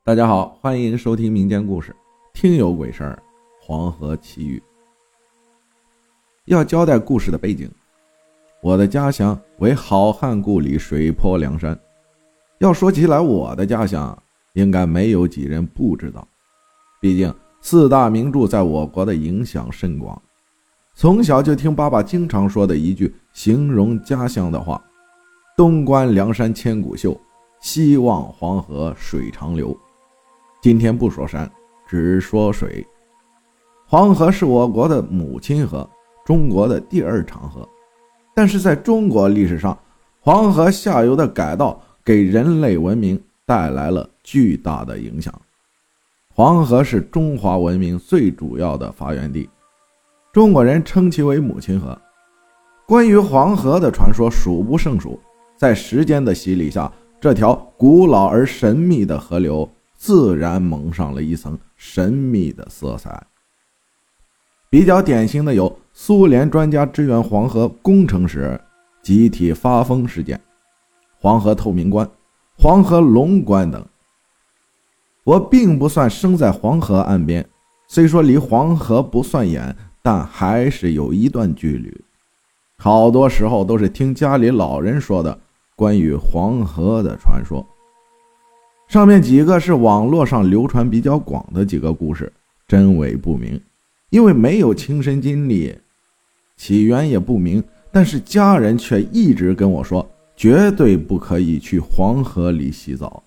大家好，欢迎收听民间故事，听有鬼事儿，黄河奇遇。要交代故事的背景，我的家乡为好汉故里水泊梁山。要说起来，我的家乡应该没有几人不知道，毕竟四大名著在我国的影响甚广。从小就听爸爸经常说的一句形容家乡的话：东观梁山千古秀，西望黄河水长流。今天不说山，只说水。黄河是我国的母亲河，中国的第二长河。但是在中国历史上，黄河下游的改道给人类文明带来了巨大的影响。黄河是中华文明最主要的发源地，中国人称其为母亲河。关于黄河的传说数不胜数，在时间的洗礼下，这条古老而神秘的河流自然蒙上了一层神秘的色彩。比较典型的有苏联专家支援黄河工程时集体发疯事件、黄河透明关、黄河龙关等。我并不算生在黄河岸边，虽说离黄河不算远，但还是有一段距离。好多时候都是听家里老人说的关于黄河的传说。上面几个是网络上流传比较广的几个故事，真伪不明，因为没有亲身经历，起源也不明，但是家人却一直跟我说绝对不可以去黄河里洗澡。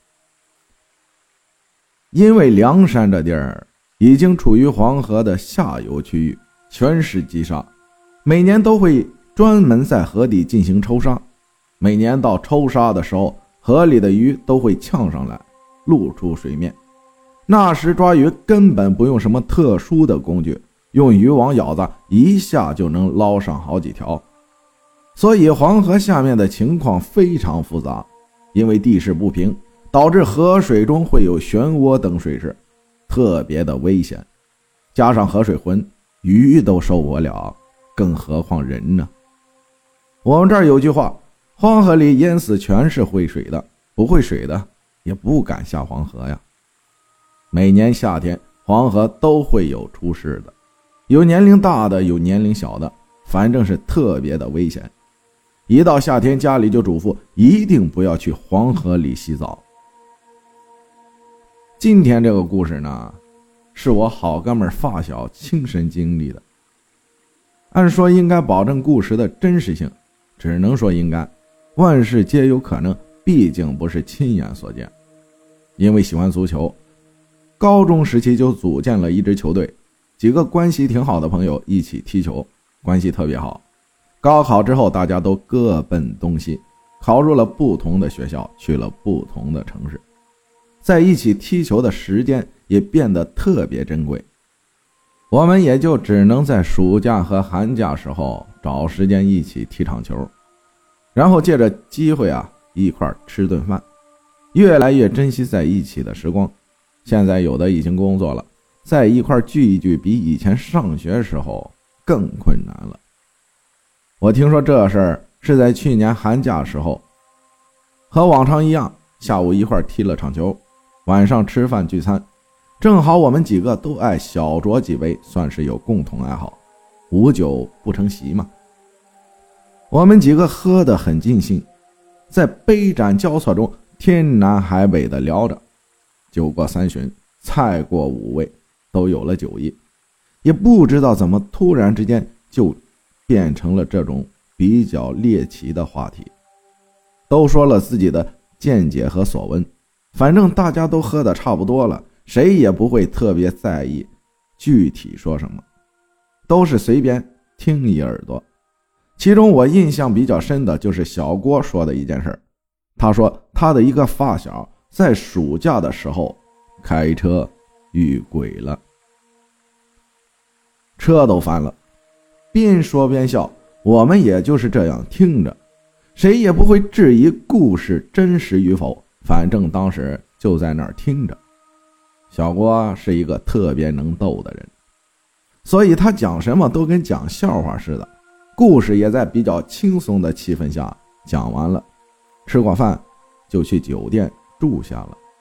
因为梁山这地儿已经处于黄河的下游区域，全是积沙，每年都会专门在河底进行抽沙。每年到抽沙的时候，河里的鱼都会呛上来，露出水面。那时抓鱼根本不用什么特殊的工具，用渔网舀子一下就能捞上好几条。所以黄河下面的情况非常复杂，因为地势不平，导致河水中会有漩涡等水势，特别的危险。加上河水浑，鱼都受不了，更何况人呢？我们这儿有句话，黄河里淹死全是会水的，不会水的也不敢下黄河呀。每年夏天黄河都会有出事的，有年龄大的，有年龄小的，反正是特别的危险。一到夏天，家里就嘱咐一定不要去黄河里洗澡。今天这个故事呢，是我好哥们发小亲身经历的。按说应该保证故事的真实性，只能说应该，万事皆有可能，毕竟不是亲眼所见。因为喜欢足球，高中时期就组建了一支球队，几个关系挺好的朋友一起踢球，关系特别好。高考之后大家都各奔东西，考入了不同的学校，去了不同的城市，在一起踢球的时间也变得特别珍贵。我们也就只能在暑假和寒假时候找时间一起踢场球，然后借着机会一块吃顿饭，越来越珍惜在一起的时光。现在有的已经工作了，在一块聚一聚比以前上学时候更困难了。我听说这事儿是在去年寒假时候，和往常一样，下午一块踢了场球，晚上吃饭聚餐，正好我们几个都爱小酌几杯，算是有共同爱好，无酒不成席嘛。我们几个喝得很尽兴，在杯盏交错中天南海北的聊着，酒过三巡，菜过五味，都有了酒意，也不知道怎么突然之间就变成了这种比较猎奇的话题，都说了自己的见解和所闻，反正大家都喝得差不多了，谁也不会特别在意具体说什么，都是随便听一耳朵。其中我印象比较深的就是小郭说的一件事。他说他的一个发小在暑假的时候开车遇鬼了，车都翻了。边说边笑，我们也就是这样听着，谁也不会质疑故事真实与否，反正当时就在那儿听着。小郭是一个特别能逗的人，所以他讲什么都跟讲笑话似的，故事也在比较轻松的气氛下讲完了。吃过饭就去酒店住下了。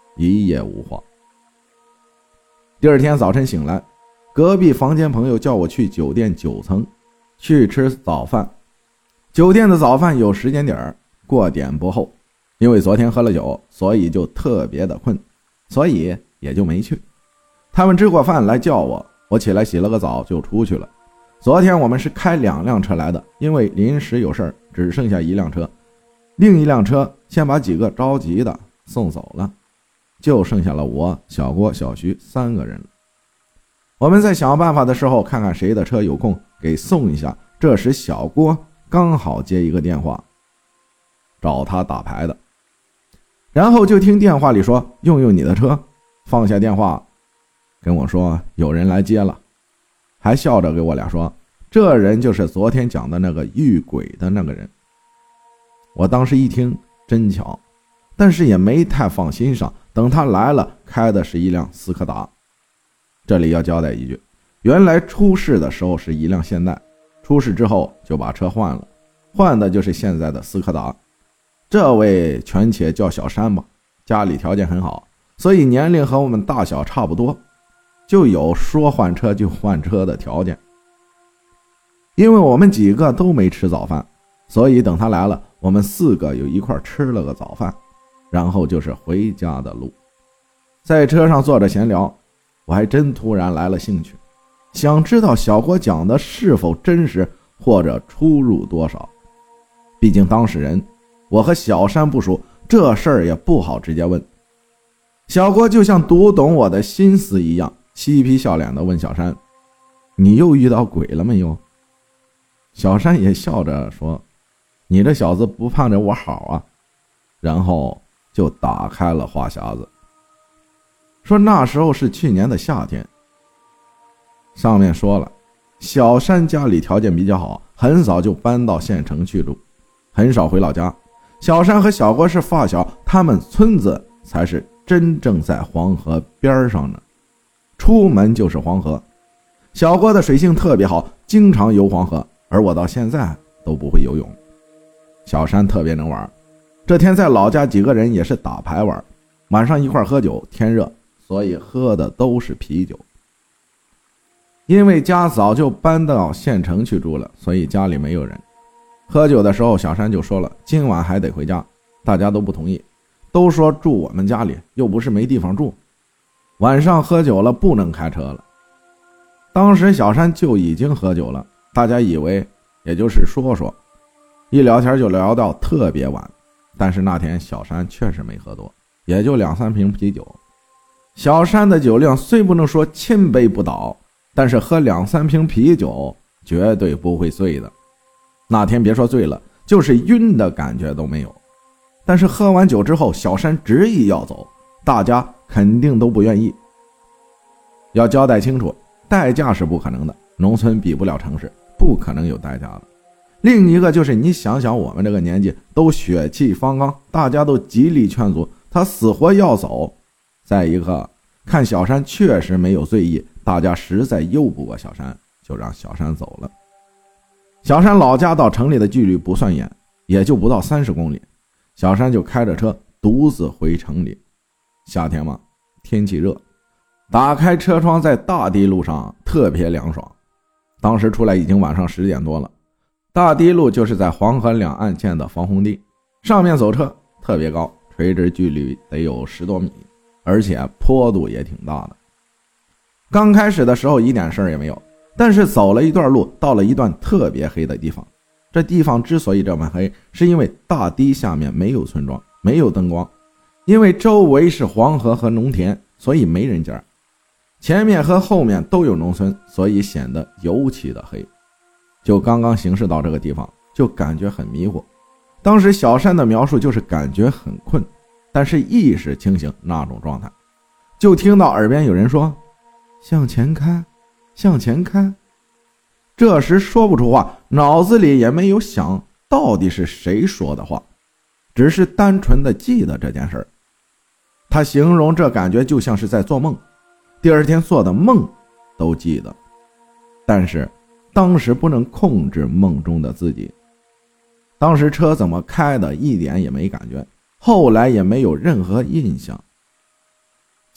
一夜无话。第二天早晨醒来，隔壁房间朋友叫我去酒店9层去吃早饭。酒店的早饭有时间点，过点不候。因为昨天喝了酒，所以就特别的困，所以也就没去。他们吃过饭来叫我，我起来洗了个澡就出去了。昨天我们是开2辆车来的，因为临时有事儿，只剩下1辆车，另一辆车先把几个着急的送走了，就剩下了我、小郭、小徐3个人了。我们在想办法的时候，看看谁的车有空给送一下。这时小郭刚好接一个电话，找他打牌的，然后就听电话里说用你的车，放下电话跟我说有人来接了，还笑着给我俩说这人就是昨天讲的那个遇鬼的那个人。我当时一听真巧，但是也没太放心上，等他来了，开的是一辆斯柯达。这里要交代一句，原来出事的时候是一辆现代，出事之后就把车换了，换的就是现在的斯柯达。这位权且叫小山吧，家里条件很好，所以年龄和我们大小差不多，就有说换车就换车的条件。因为我们几个都没吃早饭，所以等他来了，我们4个又一块吃了个早饭，然后就是回家的路。在车上坐着闲聊，我还真突然来了兴趣，想知道小郭讲的是否真实，或者出入多少。毕竟当事人我和小山不熟，这事儿也不好直接问。小郭就像读懂我的心思一样，嬉皮笑脸地问小山，你又遇到鬼了没有？小山也笑着说，你这小子不盼着我好啊。然后就打开了话匣子，说那时候是去年的夏天。上面说了，小山家里条件比较好，很早就搬到县城去住，很少回老家。小山和小郭是发小，他们村子才是真正在黄河边上呢，出门就是黄河。小郭的水性特别好，经常游黄河，而我到现在都不会游泳。小山特别能玩，这天在老家几个人也是打牌玩，晚上一块喝酒，天热，所以喝的都是啤酒。因为家早就搬到县城去住了，所以家里没有人。喝酒的时候，小山就说了今晚还得回家，大家都不同意，都说住我们家里又不是没地方住，晚上喝酒了不能开车了。当时小山就已经喝酒了，大家以为也就是说说，一聊天就聊到特别晚。但是那天小山确实没喝多，也就2-3瓶啤酒。小山的酒量虽不能说千杯不倒，但是喝2-3瓶啤酒绝对不会醉的。那天别说醉了，就是晕的感觉都没有。但是喝完酒之后，小山执意要走，大家肯定都不愿意。要交代清楚，代驾是不可能的，农村比不了城市，不可能有代驾的。另一个就是你想想我们这个年纪都血气方刚，大家都极力劝阻他死活要走。再一个看小山确实没有醉意，大家实在拗不过小山，就让小山走了。小山老家到城里的距离不算远，也就不到30公里，小山就开着车独自回城里。夏天嘛，天气热，打开车窗在大堤路上特别凉爽。当时出来已经晚上10点多了。大堤路就是在黄河两岸建的防洪堤，上面走车特别高，垂直距离得有10多米，而且坡度也挺大的。刚开始的时候一点事儿也没有，但是走了一段路，到了一段特别黑的地方。这地方之所以这么黑，是因为大堤下面没有村庄，没有灯光，因为周围是黄河和农田，所以没人家。前面和后面都有农村，所以显得尤其的黑。就刚刚行驶到这个地方，就感觉很迷糊。当时小山的描述就是感觉很困，但是意识清醒那种状态。就听到耳边有人说向前开，向前开。这时说不出话，脑子里也没有想到底是谁说的话，只是单纯的记得这件事儿。他形容这感觉就像是在做梦，第二天做的梦都记得，但是当时不能控制梦中的自己。当时车怎么开的一点也没感觉，后来也没有任何印象。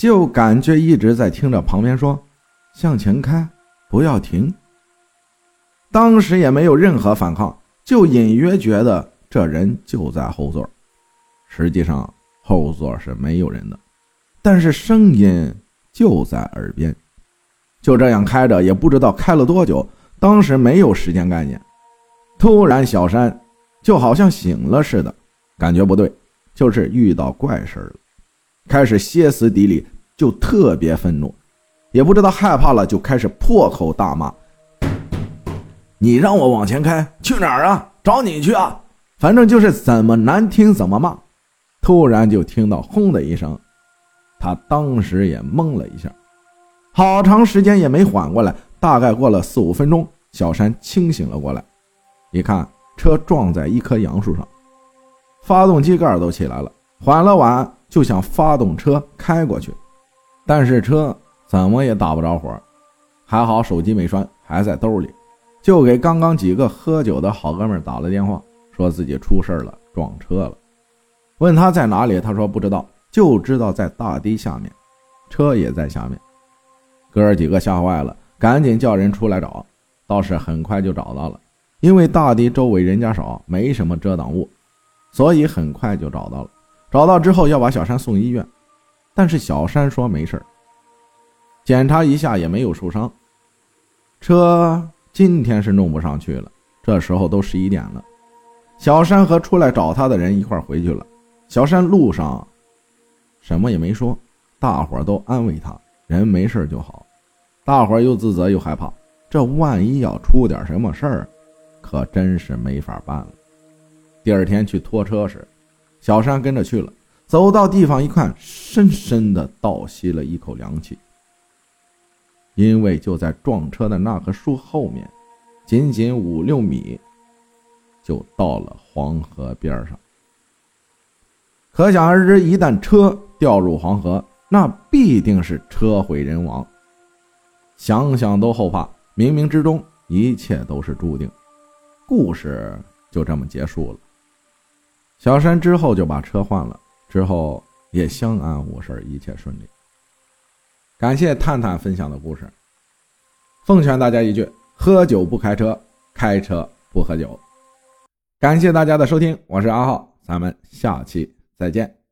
就感觉一直在听着旁边说向前开，不要停。当时也没有任何反抗，就隐约觉得这人就在后座。实际上后座是没有人的，但是声音就在耳边。就这样开着，也不知道开了多久，当时没有时间概念。突然小山就好像醒了似的，感觉不对，就是遇到怪事了，开始歇斯底里，就特别愤怒，也不知道害怕了，就开始破口大骂：你让我往前开，去哪儿啊？找你去啊！反正就是怎么难听怎么骂。突然就听到轰的一声，他当时也懵了一下，好长时间也没缓过来，大概过了4-5分钟，小山清醒了过来，一看车撞在一棵杨树上，发动机盖都起来了，缓了缓就想发动车开过去，但是车怎么也打不着火，还好手机没拴，还在兜里，就给刚刚几个喝酒的好哥们打了电话，说自己出事了，撞车了。问他在哪里，他说不知道，就知道在大堤下面，车也在下面。哥几个吓坏了，赶紧叫人出来找，倒是很快就找到了，因为大堤周围人家少，没什么遮挡物，所以很快就找到了。找到之后要把小山送医院，但是小山说没事，检查一下也没有受伤。车今天是弄不上去了，这时候都11点了。小山和出来找他的人一块回去了。小山路上什么也没说，大伙都安慰他，人没事就好。大伙又自责又害怕，这万一要出点什么事儿，可真是没法办了。第二天去拖车时，小山跟着去了，走到地方一看，深深地倒吸了一口凉气。因为就在撞车的那棵树后面，仅仅5-6米就到了黄河边上。可想而知，一旦车掉入黄河，那必定是车毁人亡。想想都后怕，冥冥之中一切都是注定。故事就这么结束了。小山之后就把车换了，之后也相安无事，一切顺利。感谢探探分享的故事。奉劝大家一句，喝酒不开车，开车不喝酒。感谢大家的收听，我是阿浩，咱们下期再见。